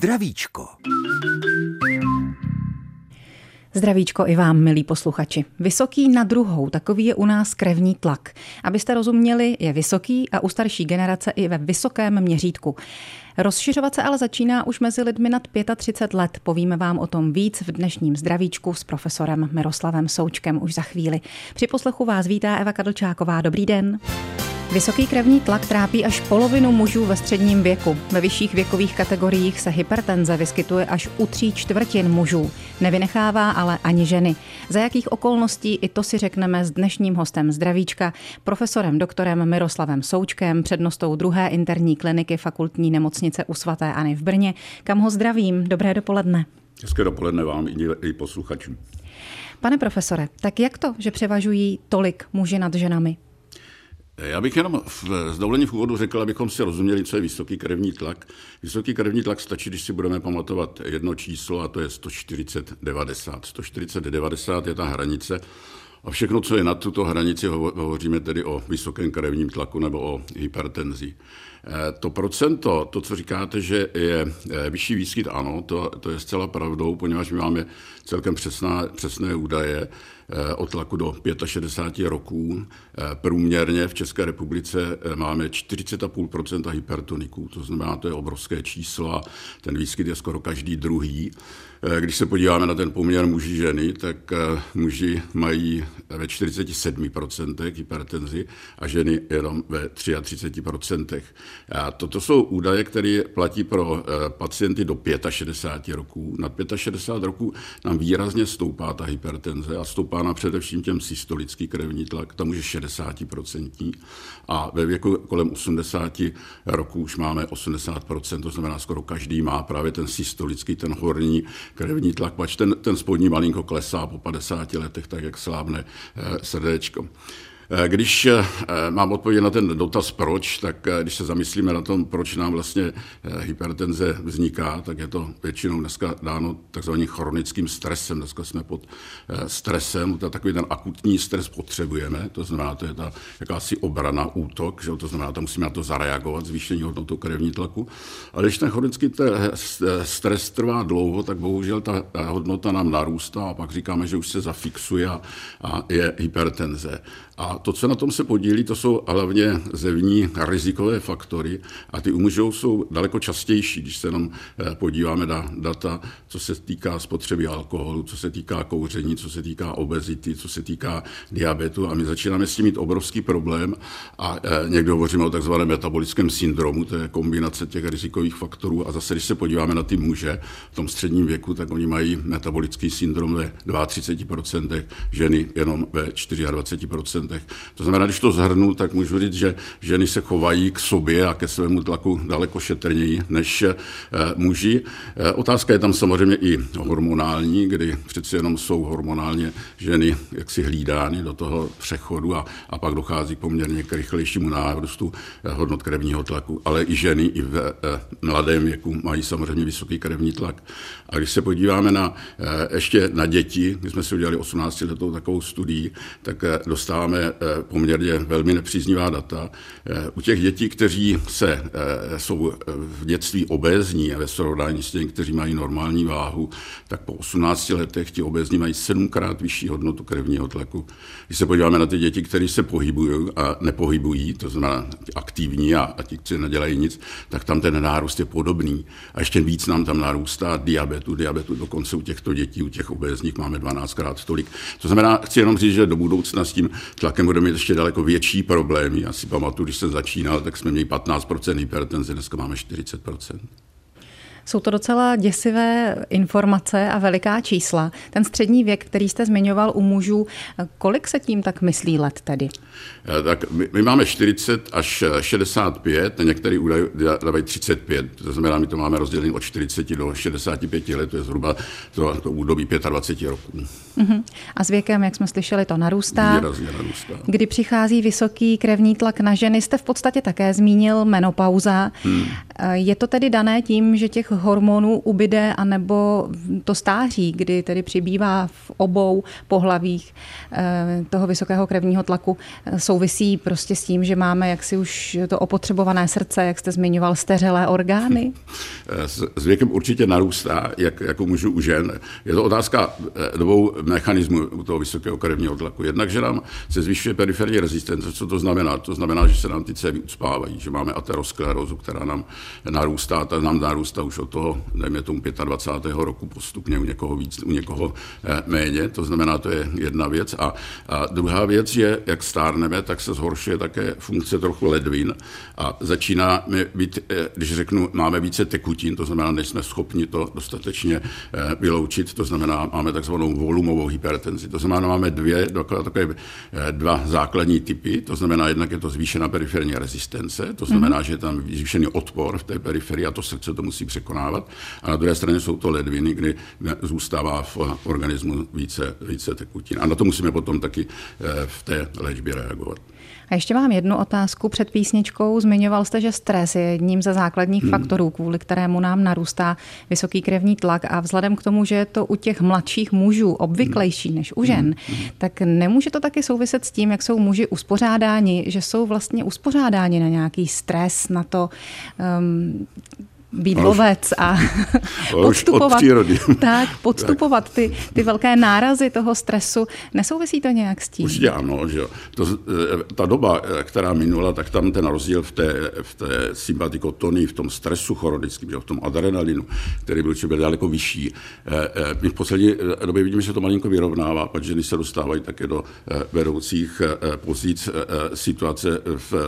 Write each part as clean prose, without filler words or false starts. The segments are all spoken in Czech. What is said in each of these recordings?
Zdravíčko. Zdravíčko i vám, milí posluchači. Vysoký na druhou, takový je u nás krevní tlak. Abyste rozuměli, je vysoký a u starší generace i ve vysokém měřítku. Rozšiřovat se ale začíná už mezi lidmi nad 35 let. Povíme vám o tom víc v dnešním Zdravíčku s profesorem Miroslavem Součkem už za chvíli. Při poslechu vás vítá Eva Kadlčáková. Dobrý den. Vysoký krevní tlak trápí až polovinu mužů ve středním věku. Ve vyšších věkových kategoriích se hypertenze vyskytuje až u 3/4 mužů. Nevynechává ale ani ženy. Za jakých okolností, i to si řekneme s dnešním hostem Zdravíčka, profesorem doktorem Miroslavem Součkem, přednostou 2. interní kliniky Fakultní nemocnice u sv. Anny v Brně, kam ho zdravím. Dobré dopoledne. Hezké dopoledne vám i posluchačům. Pane profesore, tak jak to, že převažují tolik muži nad ženami? Já bych jenom z dovolení v úvodu řekl, abychom si rozuměli, co je vysoký krevní tlak. Vysoký krevní tlak stačí, když si budeme pamatovat jedno číslo, a to je 140/90. 140/90 je ta hranice. A všechno, co je nad tuto hranici, hovoříme tedy o vysokém krevním tlaku nebo o hypertenzi. To procento, to, co říkáte, že je vyšší výskyt, ano, to je zcela pravdou, poněvadž my máme celkem přesné údaje od tlaku do 65 roků. Průměrně v České republice máme 40,5% hypertoniků, to znamená, to je obrovské číslo a ten výskyt je skoro každý druhý. Když se podíváme na ten poměr muži-ženy, tak muži mají ve 47% hypertenzi a ženy jenom ve 33%. A toto jsou údaje, které platí pro pacienty do 65 roků. Nad 65 roků nám výrazně stoupá ta hypertenze a stoupá nám především těm systolický krevní tlak, tam už je 60%. A ve věku kolem 80 roků už máme 80%, to znamená, skoro každý má právě ten systolický, ten horní krevní tlak, pač ten spodní malinko klesá po 50 letech, tak jak slábne srdéčko. Když mám odpovědět na ten dotaz proč, tak když se zamyslíme na tom, proč nám vlastně hypertenze vzniká, tak je to většinou dneska dáno takzvaným chronickým stresem. Dneska jsme pod stresem, takový ten akutní stres potřebujeme, to znamená, to je ta jakási obrana, útok, že to znamená, tam musíme na to zareagovat, zvýšení hodnotu krevní tlaku. Ale když ten chronický stres trvá dlouho, tak bohužel ta hodnota nám narůstá a pak říkáme, že už se zafixuje a je hypertenze. A to, co na tom se podílí, to jsou hlavně zevní rizikové faktory a ty u mužů jsou daleko častější, když se jenom podíváme na data, co se týká spotřeby alkoholu, co se týká kouření, co se týká obezity, co se týká diabetu a my začínáme s tím mít obrovský problém a někdo hovoříme o takzvaném metabolickém syndromu, to je kombinace těch rizikových faktorů a zase, když se podíváme na ty muže v tom středním věku, tak oni mají metabolický syndrom ve 32%, ženy jenom ve 24%. To znamená, když to shrnu, tak můžu říct, že ženy se chovají k sobě a ke svému tlaku daleko šetrněji než muži. Otázka je tam samozřejmě i hormonální, kdy přeci jenom jsou hormonálně ženy jaksi hlídány do toho přechodu a pak dochází poměrně k rychlejšímu nárůstu hodnot krevního tlaku. Ale i ženy i v mladém věku mají samozřejmě vysoký krevní tlak. A když se podíváme ještě na děti, my jsme si udělali 18letou takovou studii, tak dostáváme poměrně velmi nepříznivá data. U těch dětí, kteří jsou v dětství obézní a ve srovnání s těmi, kteří mají normální váhu, tak po 18 letech ti obézní mají 7krát vyšší hodnotu krevního tlaku. Když se podíváme na ty děti, které se pohybují a nepohybují, to znamená aktivní a ti, kteří nedělají nic, tak tam ten nárůst je podobný. A ještě víc nám tam narůstá diabetu dokonce u těchto dětí, u těch obézních máme 12krát tolik. To znamená, chci jenom říct, že do budoucna s tím tlakem budeme mít ještě daleko větší problémy. Já si pamatuju, když jsem začínal, tak jsme měli 15% hypertenze, dneska máme 40%. Jsou to docela děsivé informace a veliká čísla. Ten střední věk, který jste zmiňoval u mužů, kolik se tím tak myslí let tedy? Tak my máme 40 až 65, některé údaje dávají 35, to znamená, my to máme rozdělené od 40 do 65 let, to je zhruba to údobí 25 roků. A s věkem, jak jsme slyšeli, to narůstá. Výrazně narůstá. Kdy přichází vysoký krevní tlak na ženy, jste v podstatě také zmínil menopauza. Je to tedy dané tím, že těch hormonů ubyde, anebo to stáří, kdy tedy přibývá v obou pohlavích toho vysokého krevního tlaku, souvisí prostě s tím, že máme jaksi už to opotřebované srdce, jak jste zmiňoval, steřelé orgány? S věkem určitě narůstá, jak u mužů, u žen. Je to otázka dvou mechanismů u toho vysokého krevního tlaku. Jednak, že nám se zvyšuje periferní rezistence. Co to znamená? To znamená, že se nám ty cévy ucpávají, že máme aterosklerózu, která nám narůstá, ta nám narůstá už od toho, dejme tomu 25. roku postupně, u někoho víc, u někoho méně. To znamená, to je jedna věc. A druhá věc je, jak stárneme, tak se zhoršuje také funkce trochu ledvin a začínáme být, když řeknu, máme více tekutin, to znamená, nejsme schopni to dostatečně vyloučit, to znamená, máme takzvanou volumovou hypertenzi. To znamená, máme dva základní typy, to znamená, jednak je to zvýšená periferní rezistence, to znamená, že je tam zvýšený odpor v té periferii a to srdce to musí překonávat. A na druhé straně jsou to ledviny, kdy zůstává v organismu více tekutin. A na to musíme potom taky v té léčbě reagovat. A ještě mám jednu otázku před písničkou. Zmiňoval jste, že stres je jedním ze základních faktorů, kvůli kterému nám narůstá vysoký krevní tlak a vzhledem k tomu, že je to u těch mladších mužů obvyklejší než u žen, tak nemůže to taky souviset s tím, jak jsou muži uspořádáni, že jsou vlastně uspořádáni na nějaký stres, na to být lovec a podstupovat ty velké nárazy toho stresu. Nesouvisí to nějak s tím? Určitě ano. Že ta doba, která minula, tak tam ten rozdíl v té sympatikotonii, v tom stresu chronickém, v tom adrenalinu, který byl daleko vyšší. My v poslední době vidíme, že to malinko vyrovnává, protože ženy se dostávají také do vedoucích pozic. Situace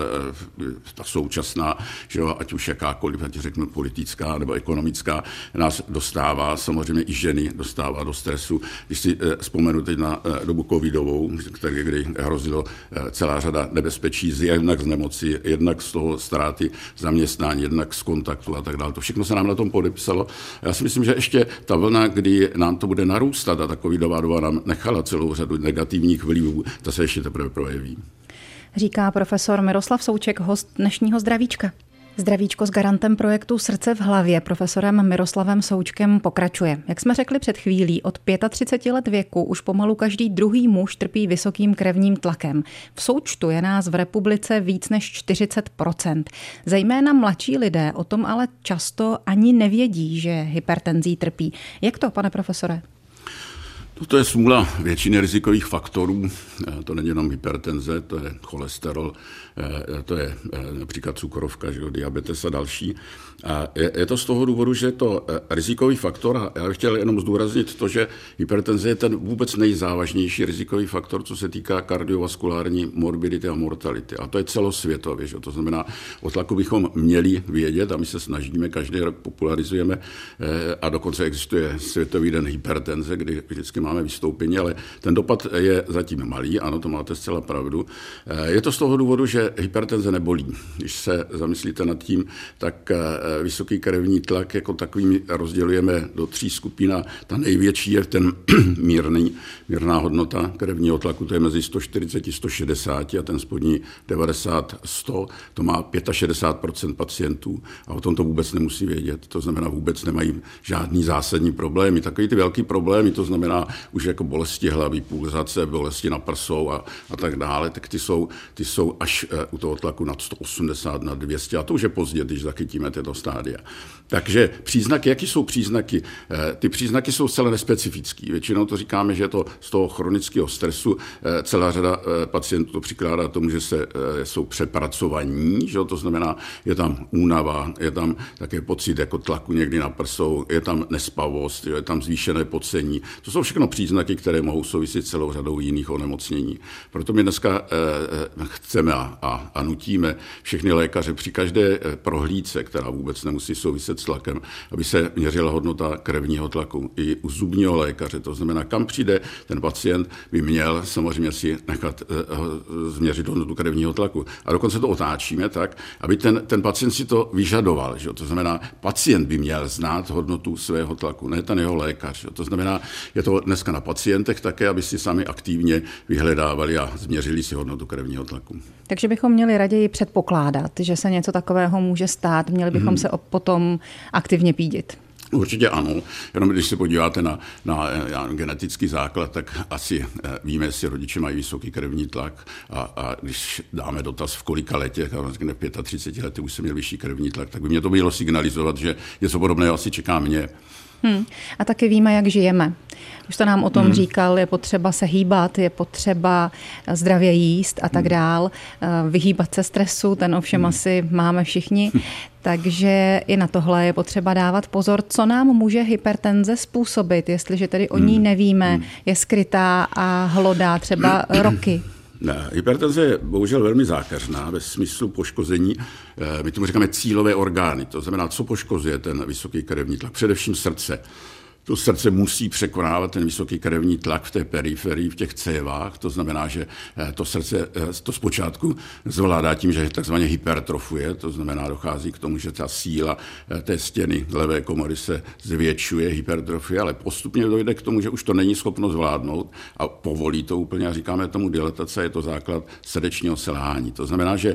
ta současná, že ať už jakákoliv, ať řeknu politická nebo ekonomická, nás dostává, samozřejmě i ženy dostává do stresu. Když si vzpomenu teď na dobu covidovou, kdy hrozilo celá řada nebezpečí, jednak z nemoci, jednak z toho ztráty zaměstnání, jednak z kontaktu a tak dále. To všechno se nám na tom podepsalo. Já si myslím, že ještě ta vlna, kdy nám to bude narůstat a ta covidová doba nám nechala celou řadu negativních vlivů, ta se ještě teprve projeví. Říká profesor Miroslav Souček, host dnešního Zdravíčka. Zdravíčko s garantem projektu Srdce v hlavě, profesorem Miroslavem Součkem, pokračuje. Jak jsme řekli před chvílí, od 35 let věku už pomalu každý druhý muž trpí vysokým krevním tlakem. V součtu je nás v republice víc než 40%. Zejména mladší lidé o tom ale často ani nevědí, že hypertenzí trpí. Jak to, pane profesore? To je smůla většiny rizikových faktorů. To není jenom hypertenze, to je cholesterol, to je například cukrovka, diabetes a další. A je to z toho důvodu, že je to rizikový faktor. A já bych chtěl jenom zdůraznit to, že hypertenze je ten vůbec nejzávažnější rizikový faktor, co se týká kardiovaskulární morbidity a mortality. A to je celosvětově. Že? To znamená, o tlaku bychom měli vědět a my se snažíme, každý rok popularizujeme a dokonce existuje Světový den hypertenze, kdy vždycky máme vystoupení, ale ten dopad je zatím malý, ano, to máte zcela pravdu. Je to z toho důvodu, že hypertenze nebolí. Když se zamyslíte nad tím, tak vysoký krevní tlak jako takový rozdělujeme do 3 skupin a ta největší je ten mírná hodnota krevního tlaku, to je mezi 140 a 160 a ten spodní 90-100, to má 65% pacientů a o tom to vůbec nemusí vědět. To znamená, vůbec nemají žádný zásadní problémy. Takový ty velký problémy, to znamená už jako bolesti hlavy, pulzace, bolesti na prsou a tak dále, tak ty jsou až u toho tlaku nad 180, nad 200 a to už je pozdě, když zachytíme tyto stádia. Takže příznaky, jaký jsou příznaky? Ty příznaky jsou zcela nespecifický. Většinou to říkáme, že je to z toho chronického stresu. Celá řada pacientů to přikládá tomu, že jsou přepracovaní, že to znamená, je tam únava, je tam také pocit jako tlaku někdy na prsou, je tam nespavost, je tam zvýšené pocení. To jsou všechno příznaky, které mohou souviset celou řadou jiných onemocnění. Proto my dneska chceme a nutíme všechny lékaře při každé prohlídce, která vůbec nemusí souviset s tlakem, aby se měřila hodnota krevního tlaku i u zubního lékaře. To znamená, kam přijde ten pacient, by měl samozřejmě si nechat změřit hodnotu krevního tlaku. A dokonce to otáčíme tak, aby ten pacient si to vyžadoval. Že? To znamená, pacient by měl znát hodnotu svého tlaku, ne ten jeho lékař. Že? To znamená, je to dneska na pacientech také, aby si sami aktivně vyhledávali a změřili si hodnotu krevního tlaku. Takže bychom měli raději předpokládat, že se něco takového může stát, měli bychom se potom aktivně pídit. Určitě ano, jenom když se podíváte na genetický základ, tak asi víme, jestli rodiče mají vysoký krevní tlak a když dáme dotaz v kolika letech, a řekne v 35 letech už jsem měl vyšší krevní tlak, tak by mě to mělo signalizovat, že něco podobného asi čeká mě. A taky víme, jak žijeme. Už jste nám o tom říkal, je potřeba se hýbat, je potřeba zdravě jíst a tak dál. Vyhýbat se stresu, ten ovšem asi máme všichni. Takže i na tohle je potřeba dávat pozor, co nám může hypertenze způsobit, jestliže tedy o ní nevíme, je skrytá a hlodá třeba roky. Hypertenze je bohužel velmi zákeřná ve smyslu poškození, my tomu říkáme cílové orgány, to znamená, co poškozuje ten vysoký krevní tlak, především srdce. To srdce musí překonávat ten vysoký krevní tlak v té periferii, v těch cévách. To znamená, že to srdce to zpočátku zvládá tím, že takzvaně hypertrofuje. To znamená, dochází k tomu, že ta síla té stěny levé komory se zvětšuje, hypertrofie, ale postupně dojde k tomu, že už to není schopno zvládnout a povolí to úplně a říkáme tomu dilatace, je to základ srdečního selhání. To znamená, že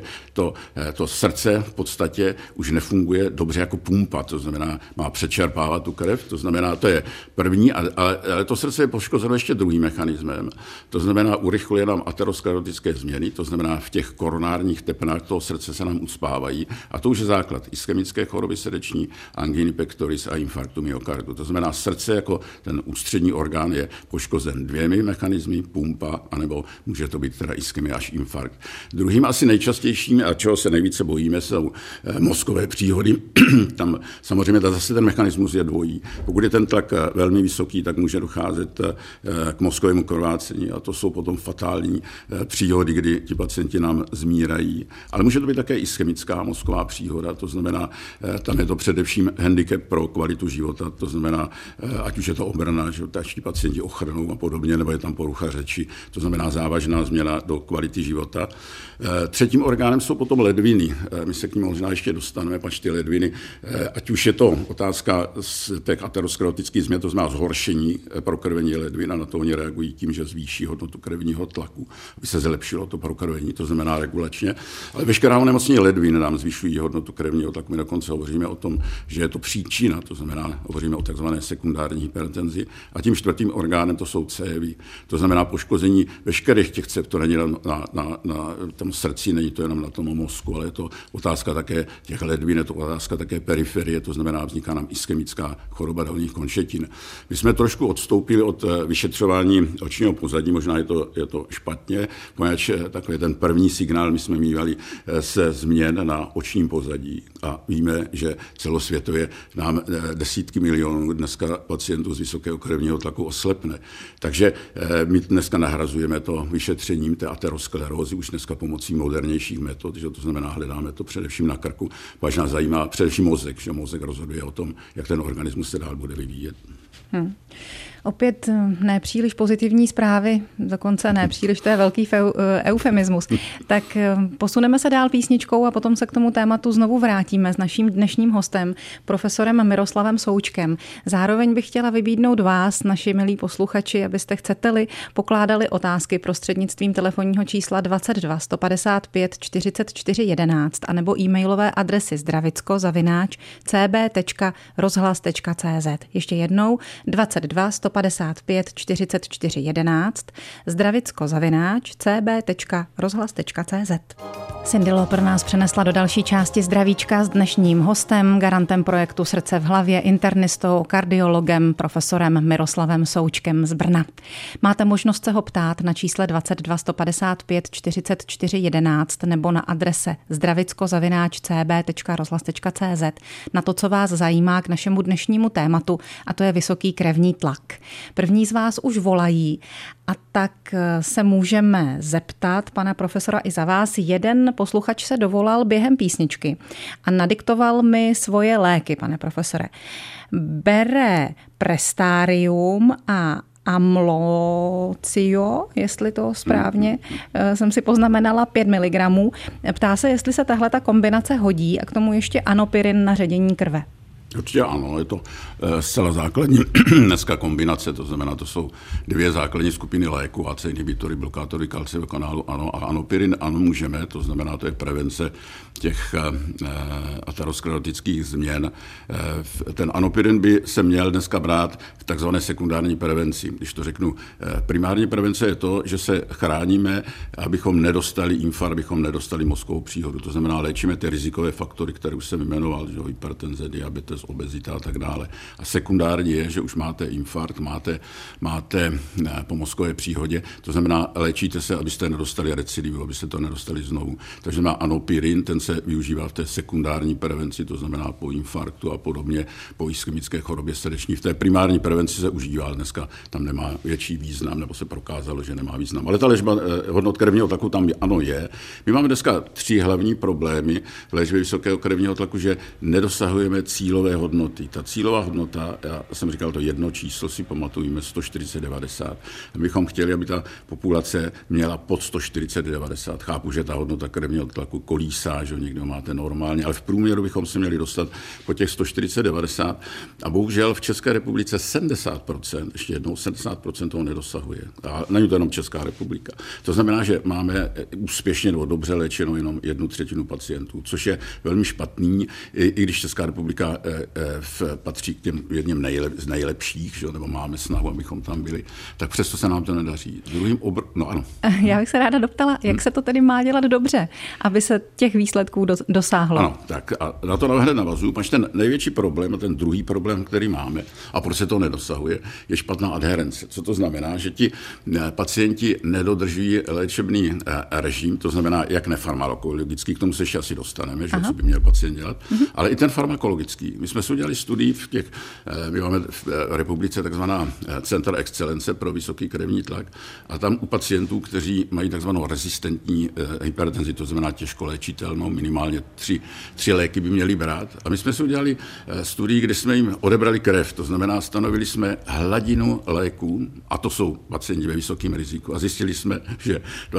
to srdce v podstatě už nefunguje dobře jako pumpa, to znamená, má přečerpávat tu krev, to znamená, to je první, ale to srdce je poškozeno ještě druhým mechanismem. To znamená, urychluje nám aterosklerotické změny, to znamená, v těch koronárních tepnách toho srdce se nám uspávají a to už je základ ischemické choroby srdeční, anginy pectoris a infarktu myokardu. To znamená, srdce jako ten ústřední orgán je poškozen dvěmi mechanismy, pumpa, anebo může to být teda ischemie až infarkt. Druhým asi nejčastějším, a čeho se nejvíce bojíme, jsou mozkové příhody. Tam samozřejmě zase ten mechanismus je dvojí. Pokud je ten tlak velmi vysoký, tak může docházet k mozkovému krvácení a to jsou potom fatální příhody, kdy ti pacienti nám zmírají. Ale může to být také ischemická mozková příhoda, to znamená, tam je to především handicap pro kvalitu života, to znamená, ať už je to obrana, že ti pacienti ochrnou a podobně, nebo je tam porucha řeči, to znamená závažná změna do kvality života. Třetím orgánem jsou potom ledviny. My se k nim možná ještě dostaneme, pač ty ledviny, ať už je to otázka z těch aterosklerotických změn, to znamená zhoršení prokrvení ledvin a na to oni reagují tím, že zvýší hodnotu krevního tlaku, aby se zlepšilo to prokrvení, to znamená regulačně. Ale veškerá onemocnění ledvin nám zvyšují hodnotu krevního tlaku. My dokonce hovoříme o tom, že je to příčina, to znamená, hovoříme o takzvané sekundární hypertenzi. A tím čtvrtým orgánem to jsou cévy. To znamená poškození veškerých těch cév, to není na tom srdci, není to jenom na tom mozku, ale je to otázka také těch ledvin, je to otázka také periferie, to znamená, vzniká nám ischemická choroba dolních končetin. My jsme trošku odstoupili od vyšetřování očního pozadí, možná je to špatně, poněvadž takový ten první signál my jsme mívali se změn na očním pozadí a víme, že celosvětově nám desítky milionů dneska pacientů z vysokého krevního tlaku oslepne. Takže my dneska nahrazujeme to vyšetřením té aterosklerózy už dneska pomocí modernějších metod, že to znamená, hledáme to především na krku, protože nás zajímá především mozek, že mozek rozhoduje o tom, jak ten organismus se dál bude vyvíjet. Opět nepříliš pozitivní zprávy, dokonce nepříliš, to je velký eufemismus. Tak posuneme se dál písničkou a potom se k tomu tématu znovu vrátíme s naším dnešním hostem, profesorem Miroslavem Součkem. Zároveň bych chtěla vybídnout vás, naši milí posluchači, abyste chcete-li pokládali otázky prostřednictvím telefonního čísla 22 155 44 11 anebo e-mailové adresy zdravicko@cb.rozhlas.cz. Ještě jednou 22 155 44 11 zdravicko@cb.rozhlas.cz. Cindy Lauper nás přenesla do další části Zdravíčka s dnešním hostem, garantem projektu Srdce v hlavě, internistou, kardiologem, profesorem Miroslavem Součkem z Brna. Máte možnost se ho ptát na čísle 22 155 44 11 nebo na adrese zdravicko@cb.rozhlas.cz na to, co vás zajímá k našemu dnešnímu tématu, a to je vysoký krevní tlak. První z vás už volají a tak se můžeme zeptat pana profesora i za vás. Jeden posluchač se dovolal během písničky a nadiktoval mi svoje léky, pane profesore. Bere Prestarium a Amlocio, jestli to správně jsem si poznamenala, 5 mg. Ptá se, jestli se tahle ta kombinace hodí a k tomu ještě Anopirin na ředění krve. Určitě ano, je to zcela základní dneska kombinace, to znamená, to jsou dvě základní skupiny léku, AC inhibitory, blokátory kalciového kanálu, ano, a anopirin, ano, můžeme, to znamená, to je prevence těch aterosklerotických změn. Ten anopirin by se měl dneska brát v takzvané sekundární prevenci. Když to řeknu, primární prevence je to, že se chráníme, abychom nedostali infarkt, abychom nedostali mozkovou příhodu. To znamená, léčíme ty rizikové faktory, které už jsem jmenoval, že hypertenze, diabetes, obezita a tak dále. A sekundární je, že už máte infarkt, máte po mozkové příhodě, to znamená, léčíte se, abyste nedostali recidivu, abyste to nedostali znovu. Takže má anopirin, ten se využívá v té sekundární prevenci, to znamená po infarktu a podobně, po ischemické chorobě srdeční. V té primární prevenci se užívá, dneska tam nemá větší význam, nebo se prokázalo, že nemá význam. Ale ta léčba hodnot krevního tlaku tam ano je. My máme dneska 3 hlavní problémy v léčbě vysokého krevního tlaku, že nedosahujeme cílové hodnoty. Ta cílová hodnota, já jsem říkal to jedno číslo, si pamatujeme, 140-90. Bychom chtěli, aby ta populace měla pod 140-90. Chápu, že ta hodnota krevního tlaku kolísá, že někdo máte normálně, ale v průměru bychom se měli dostat po těch 140-90. A bohužel v České republice 70%, ještě jednou 70% toho nedosahuje. A není to jenom Česká republika. To znamená, že máme úspěšně nebo dobře léčenou jenom 1/3 pacientů, což je velmi špatný, i když Česká republika patří k těm jedním z nejlepších, že, nebo máme snahu, abychom tam byli, tak přesto se nám to nedaří. No ano. Já bych se ráda doptala, jak se to tedy má dělat dobře, aby se těch výsledků dosáhlo. Ano, tak a na to hned navazuju, protože ten největší problém a ten druhý problém, který máme, a proč se to nedosahuje, je špatná adherence. Co to znamená? Že ti pacienti nedodržují léčebný režim, to znamená jak nefarmakologický, k tomu se ještě asi dostaneme, že co by měl pacient dělat, ale i ten farmakologický. My jsme si udělali studii my máme v republice takzvaná Centra excelence pro vysoký krevní tlak a tam u pacientů, kteří mají takzvanou rezistentní hypertenzi, to znamená těžko léčitelnou, minimálně 3 léky by měli brát. A my jsme si udělali studii, kde jsme jim odebrali krev, to znamená stanovili jsme hladinu léků, a to jsou pacienti ve vysokém riziku, a zjistili jsme, že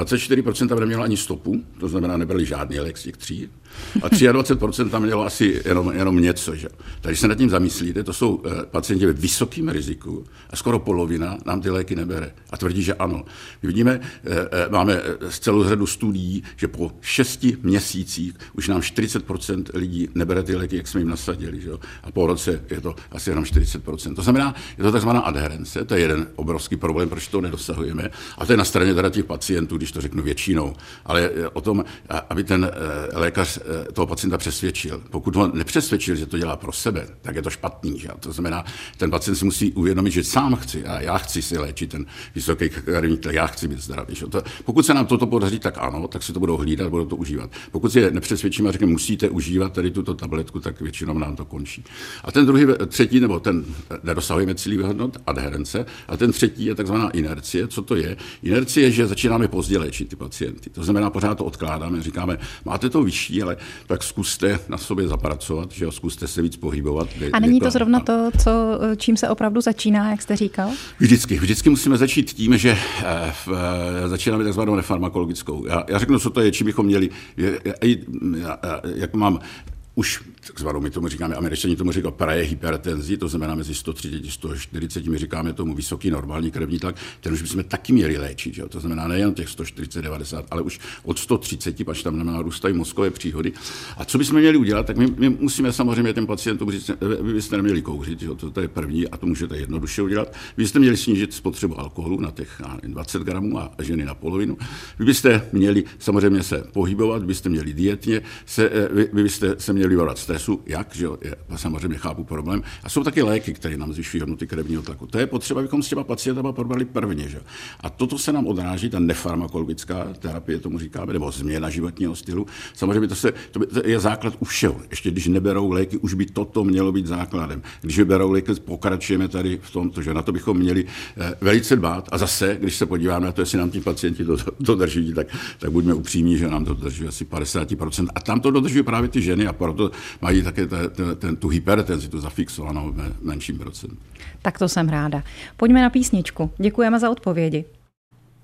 24% nemělo ani stopu, to znamená nebrali žádný lék z těch 3, a 23% tam mělo asi jenom něco. Že? Tady se nad tím zamyslíte, to jsou pacienti ve vysokém riziku a skoro polovina nám ty léky nebere. A tvrdí, že ano. My vidíme, máme celou řadu studií, že po 6 měsících už nám 40% lidí nebere ty léky, jak jsme jim nasadili. Že? A po roce je to asi jenom 40%. To znamená, je to takzvaná adherence, to je jeden obrovský problém, proč to nedosahujeme. A to je na straně teda těch pacientů, když to řeknu většinou. Ale o tom, aby ten lékař toho pacienta přesvědčil. Pokud ho nepřesvědčil, že to dělá pro sebe, tak je to špatný. Že? To znamená, ten pacient si musí uvědomit, že sám chci a já chci si léčit ten vysoký krevní tlak, já chci být zdravý. Že? Pokud se nám toto podaří, tak ano, tak si to budou hlídat, budou to užívat. Pokud si je nepřesvědčíme a řekneme, musíte užívat tady tuto tabletku, tak většinou nám to končí. A ten třetí, nebo ten nedosahujeme cílových hodnot, adherence, a ten třetí je takzvaná inercie. Co to je? Inercie je, že začínáme pozdě léčit ty pacienty. To znamená, pořád to odkládáme, říkáme, máte to vyšší, ale tak zkuste na sobě zapracovat, že jo, zkuste se víc pohybovat. A není to zrovna to, čím se opravdu začíná, jak jste říkal? Vždycky musíme začít tím, že začínáme takzvanou nefarmakologickou. Já řeknu, co to je, čím bychom měli, jak mám už takzvanou, my tomu říkáme, Američani tomu říkají prehypertenzi, to znamená mezi 130 a 140, my říkáme tomu vysoký normální krevní tlak, ten už bychom taky měli léčit, jo? To znamená nejen těch 140-90, ale už od 130, až tam narůstají mozkové příhody. A co bychom měli udělat, tak my musíme samozřejmě těm pacientům říct, vy byste neměli kouřit, jo? To je první a to můžete jednoduše udělat. Vy byste měli snížit spotřebu alkoholu na těch 20 gramů a ženy na polovinu. Vy byste měli samozřejmě se pohybovat, vy byste měli dietně, vy byste se měli vyvarovat stresu, jak, že jo, samozřejmě chápu problém. A jsou taky léky, které nám zvyšují hodnoty krevního tlaku. To je potřeba, abychom s těma pacientama probrali prvně, že? A toto se nám odráží, ta nefarmakologická terapie, tomu říkáme, nebo změna životního stylu. Samozřejmě to je základ u všeho. Ještě když neberou léky, už by toto mělo být základem. Když berou léky, pokračujeme tady v tomto, že na to bychom měli velice dbát. A zase, když se podíváme na to, jestli nám ti pacienti to drží, tak buďme upřímní, že nám to drží asi 50%. A tam to dodržují právě ty ženy a proto mají také tu hypertenzi, tu zafixovanou v menším procentu. Tak to jsem ráda. Pojďme na písničku. Děkujeme za odpovědi.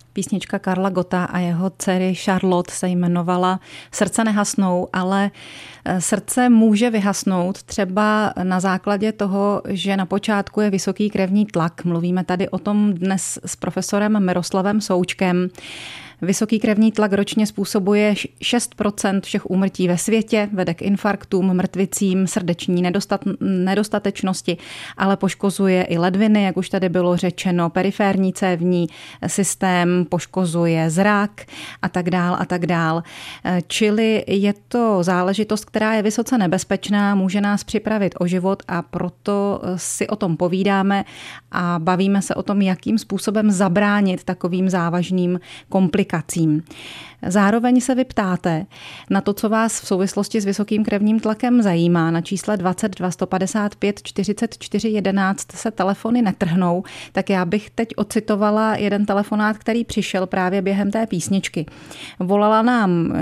Písnička Karla Gotta a jeho dcery Charlotte se jmenovala Srdce nehasnou, ale srdce může vyhasnout třeba na základě toho, že na počátku je vysoký krevní tlak. Mluvíme tady o tom dnes s profesorem Miroslavem Součkem. Vysoký krevní tlak ročně způsobuje 6% všech úmrtí ve světě, vede k infarktům, mrtvicím, srdeční nedostatečnosti, ale poškozuje i ledviny, jak už tady bylo řečeno, periférní cévní systém, poškozuje zrak a tak dál a tak dál. Čili je to záležitost, která je vysoce nebezpečná, může nás připravit o život a proto si o tom povídáme a bavíme se o tom, jakým způsobem zabránit takovým závažným komplikacím. Zároveň se vy ptáte na to, co vás v souvislosti s vysokým krevním tlakem zajímá. Na čísle 22 155 44 11 se telefony netrhnou, tak já bych teď ocitovala jeden telefonát, který přišel právě během té písničky. Volala nám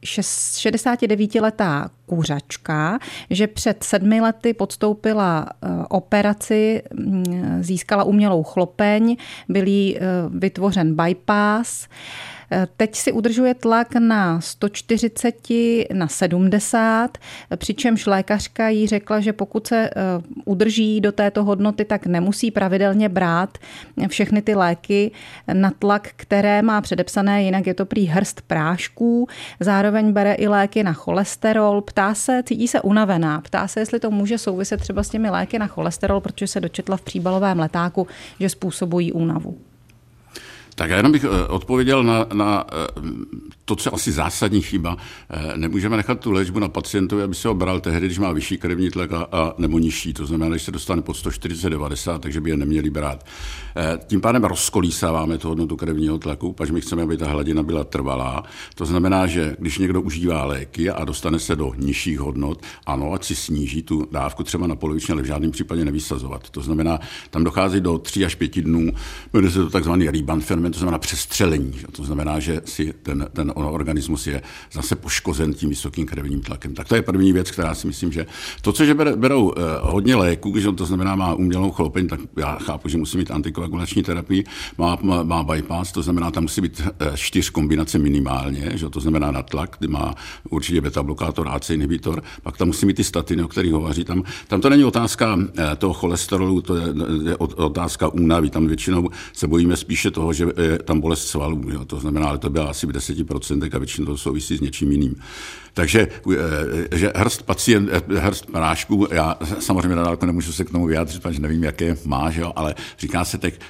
69letá kuřačka, že před 7 lety podstoupila operaci, získala umělou chlopeň, byl jí vytvořen bypass. Teď si udržuje tlak na 140 na 70, přičemž lékařka jí řekla, že pokud se udrží do této hodnoty, tak nemusí pravidelně brát všechny ty léky na tlak, které má předepsané, jinak je to prý hrst prášků. Zároveň bere i léky na cholesterol. Ptá se, cítí se unavená. Ptá se, jestli to může souviset třeba s těmi léky na cholesterol, protože se dočetla v příbalovém letáku, že způsobují únavu. Tak já jenom bych odpověděl na to, co asi zásadní chyba. Nemůžeme nechat tu léčbu na pacientovi, aby se ho bral tehdy, když má vyšší krevní tlak a nebo nižší. To znamená, když se dostane pod 140/90, takže by je neměli brát. Tím pádem rozkolísáváme tu hodnotu krevního tlaku, protože my chceme, aby ta hladina byla trvalá. To znamená, že když někdo užívá léky a dostane se do nižších hodnot, ano, ať si sníží tu dávku třeba na polovičně, ale v žádném případě nevysazovat. To znamená, tam dochází do 3 až 5 dnů, jmenuje se to takzvaný rebound ferment, to znamená přestřelení. To znamená, že si ten organismus je zase poškozen tím vysokým krevním tlakem. Tak to je první věc, která si myslím, že to, co že berou hodně léků, když to znamená má umělou chlopeň, tak já chápu, že musí mít antikoagulační terapii, má bypass, to znamená, tam musí být 4 kombinace minimálně, že to znamená na tlak, kdy má určitě beta-blokátor, AC inhibitor, pak tam musí mít ty statiny, o kterých hovoří. Tam to není otázka toho cholesterolu, to je otázka únavy. Tam většinou se bojíme spíše toho, že tam bolest svalů, jo, to znamená, ale to byla asi v 10% a většinou to souvisí s něčím jiným. Takže že hrst prášků, já samozřejmě nadálko nemůžu se k tomu vyjádřit, protože nevím, jaké má, že jo, ale říká se tak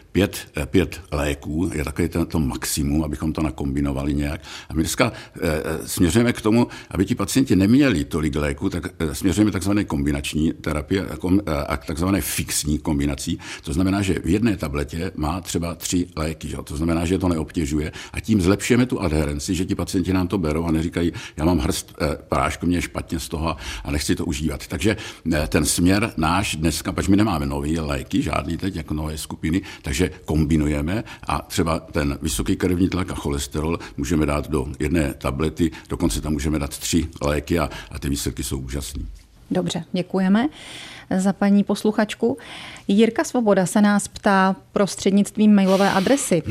5 léků, je takový to maximum, abychom to nakombinovali nějak. A my dneska směřujeme k tomu, aby ti pacienti neměli tolik léků, tak směřujeme takzvané kombinační terapie a takzvané fixní kombinací. To znamená, že v jedné tabletě má třeba 3 léky, že jo? To znamená, že to neobtěžuje a tím zlepšujeme tu adherenci, že ti pacienti nám to berou a neříkají, já mám hrst prášku, mě je špatně z toho a nechci to užívat. Takže ten směr náš dneska, protože my nemáme nové léky, žádný teď, jako nové skupiny, takže kombinujeme a třeba ten vysoký krevní tlak a cholesterol můžeme dát do jedné tablety, dokonce tam můžeme dát 3 léky a ty výsledky jsou úžasné. Dobře, děkujeme za paní posluchačku. Jirka Svoboda se nás ptá prostřednictvím mailové adresy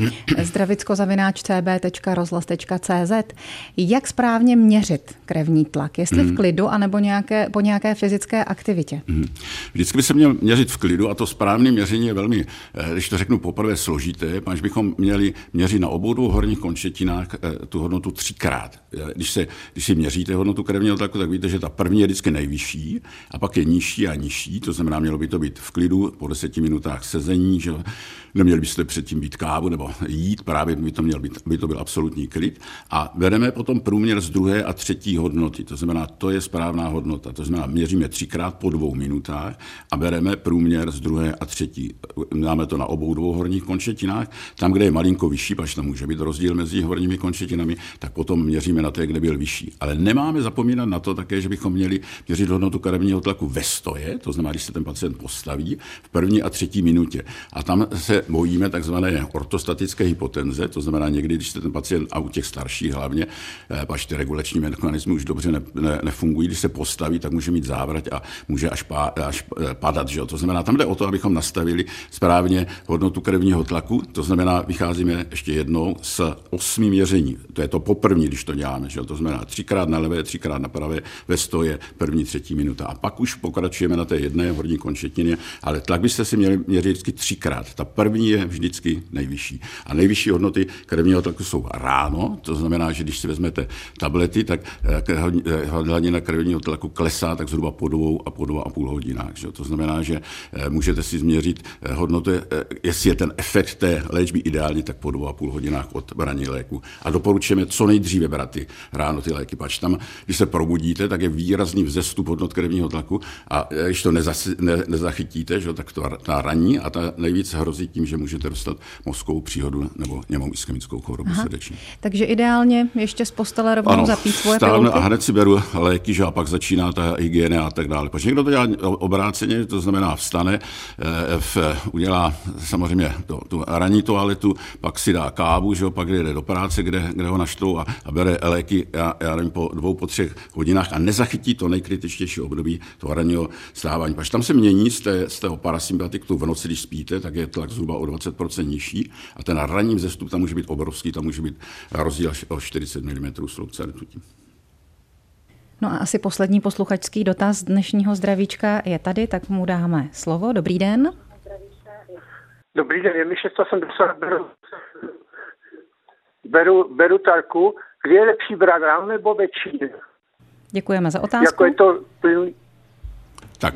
zdravicko@cb.rozhlas.cz, jak správně měřit krevní tlak, jestli v klidu, anebo po nějaké fyzické aktivitě. Vždycky by se měl měřit v klidu a to správné měření je velmi, když to řeknu poprvé, složité, protože bychom měli měřit na obou 2 horních končetinách tu hodnotu 3krát. Když si měříte hodnotu krevního tlaku, tak víte, že ta první je vždycky nejvyšší a pak je nižší a nižší. To znamená, mělo by to být v klidu, po 10 minutách sezení, že neměli byste předtím být kávu nebo jít, právě by to byl absolutní klid. A bereme potom průměr z 2. a 3. hodnoty, to znamená, to je správná hodnota. To znamená, měříme 3krát po 2 minutách a bereme průměr z 2. a 3. Máme to na obou 2 horních končetinách. Tam, kde je malinko vyšší, pač tam může být rozdíl mezi horními končetinami, tak potom měříme na té, kde byl vyšší. Ale nemáme zapomínat na to také, že bychom měli měřit hodnotu hodnotu krevního tlaku ve stoje, to znamená, když se ten pacient postaví v první a třetí minutě. A tam se bojíme takzvané ortostatické hypotenze, to znamená někdy, když se ten pacient, a u těch starších hlavně, až ty regulační mechanismy už dobře nefungují, když se postaví, tak může mít závrať a může až padat. Že? To znamená, tam jde o to, abychom nastavili správně hodnotu krevního tlaku, to znamená, vycházíme ještě jednou z 8 měření. To je to poprvní, když to děláme. Že? To znamená 3x na levé, 3x na pravé, ve stoje, první, třetí minuta. A pak už pokračujeme na té jedné horní končetině, ale tlak byste si měli měřit vždycky 3x. Ta první je vždycky nejvyšší. A nejvyšší hodnoty krevního tlaku jsou ráno, to znamená, že když si vezmete tablety, tak hladina krevního tlaku klesá tak zhruba po 2,5 hodinách. Že? To znamená, že můžete si změřit hodnotu, jestli je ten efekt té léčby ideální, tak po 2,5 hodinách od braní léku. A doporučujeme co nejdříve brát ráno ty léky, pač tam, když se probudíte, tak je výrazný vzestup hodnot krevního tlaku a když to nezachytíte, že, tak to ta raní a ta nejvíc hrozí tím, že můžete dostat mozkovou příhodu nebo němou ischemickou chorobu srdeční. Takže ideálně ještě z postele rovnou zapít svoje pilulky. A hned si beru léky, že a pak začíná ta hygiena a tak dále. Protože někdo to dělá obráceně, to znamená vstane, udělá samozřejmě tu ranní toaletu, pak si dá kávu, že pak jde do práce, kde ho naštou a bere léky, já nevím, po 2, po 3 hodinách a nezachytí to nejkritičtější období toho ranního stávání. Protože tam se mění z toho parasympatiku v noci, když spíte, tak je tlak zhruba o 20% nižší a ten ranní vzestup tam může být obrovský, tam může být rozdíl o 40 mm sloupce rtutí. No a asi poslední posluchačský dotaz dnešního zdravíčka je tady, tak mu dáme slovo. Dobrý den. Dobrý den, je mi 680, beru tarku. Kdy je lepší brát ráno nebo večer? Děkujeme za otázku. Jako je to plný. Tak.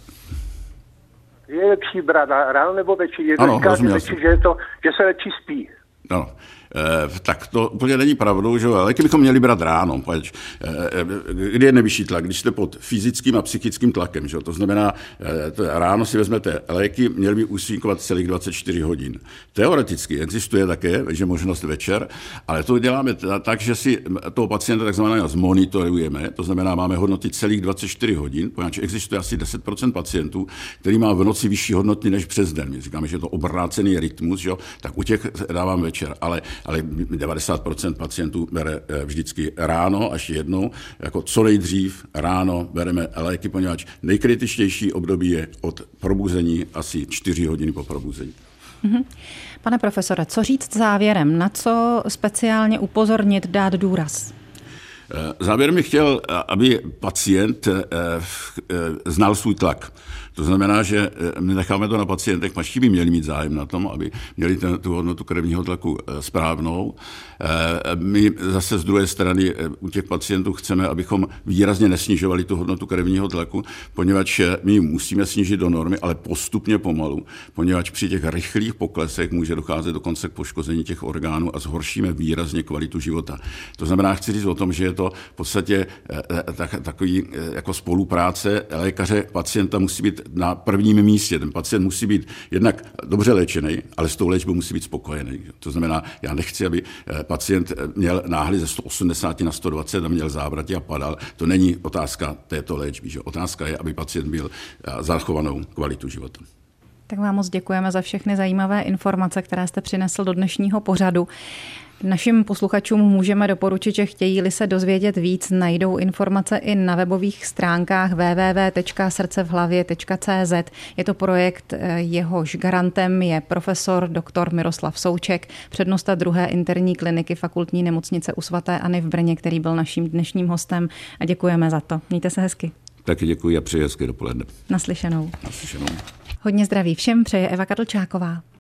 Kdy je lepší brát ráno nebo večer? Ano, rozuměl jsem. Že se lepší spí. No. Tak to úplně není pravdou, že léky bychom měli brát ráno. Kdy je nejvyšší tlak? Když jste pod fyzickým a psychickým tlakem. Že? To znamená, ráno si vezmete léky, měli by účinkovat celých 24 hodin. Teoreticky existuje také, že možnost večer, ale to děláme tak, že si toho pacienta takzvaného zmonitorujeme, to znamená, máme hodnoty celých 24 hodin, protože existuje asi 10% pacientů, který má v noci vyšší hodnoty než přes den. My říkáme, že je to obrácený rytmus, že? Tak u těch dávám večer, ale 90% pacientů bere vždycky ráno, až jednou, jako co nejdřív ráno bereme léky, poněvadž nejkritičtější období je od probuzení asi 4 hodiny po probuzení. Pane profesore, co říct závěrem? Na co speciálně upozornit, dát důraz? Závěrem bych chtěl, aby pacient znal svůj tlak. To znamená, že my necháme to na pacientech, pač by měli mít zájem na tom, aby měli tu hodnotu krevního tlaku správnou. My zase z druhé strany u těch pacientů chceme, abychom výrazně nesnižovali tu hodnotu krevního tlaku, poněvadž my ji musíme snížit do normy, ale postupně pomalu, poněvadž při těch rychlých poklesech může docházet dokonce k poškození těch orgánů a zhoršíme výrazně kvalitu života. To znamená, chci říct o tom, že je to v podstatě takový jako spolupráce lékaře, pacienta musí být na prvním místě. Ten pacient musí být jednak dobře léčený, ale s tou léčbou musí být spokojený. To znamená, já nechci, aby pacient měl náhle ze 180 na 120 a měl závratě a padal. To není otázka této léčby. Že? Otázka je, aby pacient měl zachovanou kvalitu života. Tak vám moc děkujeme za všechny zajímavé informace, které jste přinesl do dnešního pořadu. Našim posluchačům můžeme doporučit, že chtějí-li se dozvědět víc, najdou informace i na webových stránkách www.srdcevhlavě.cz. Je to projekt, jehož garantem je profesor dr. Miroslav Souček, přednosta 2. interní kliniky Fakultní nemocnice u sv. Anny v Brně, který byl naším dnešním hostem a děkujeme za to. Mějte se hezky. Taky děkuji a přeji hezké dopoledne. Naslyšenou. Naslyšenou. Hodně zdraví všem přeje Eva Kadlčáková.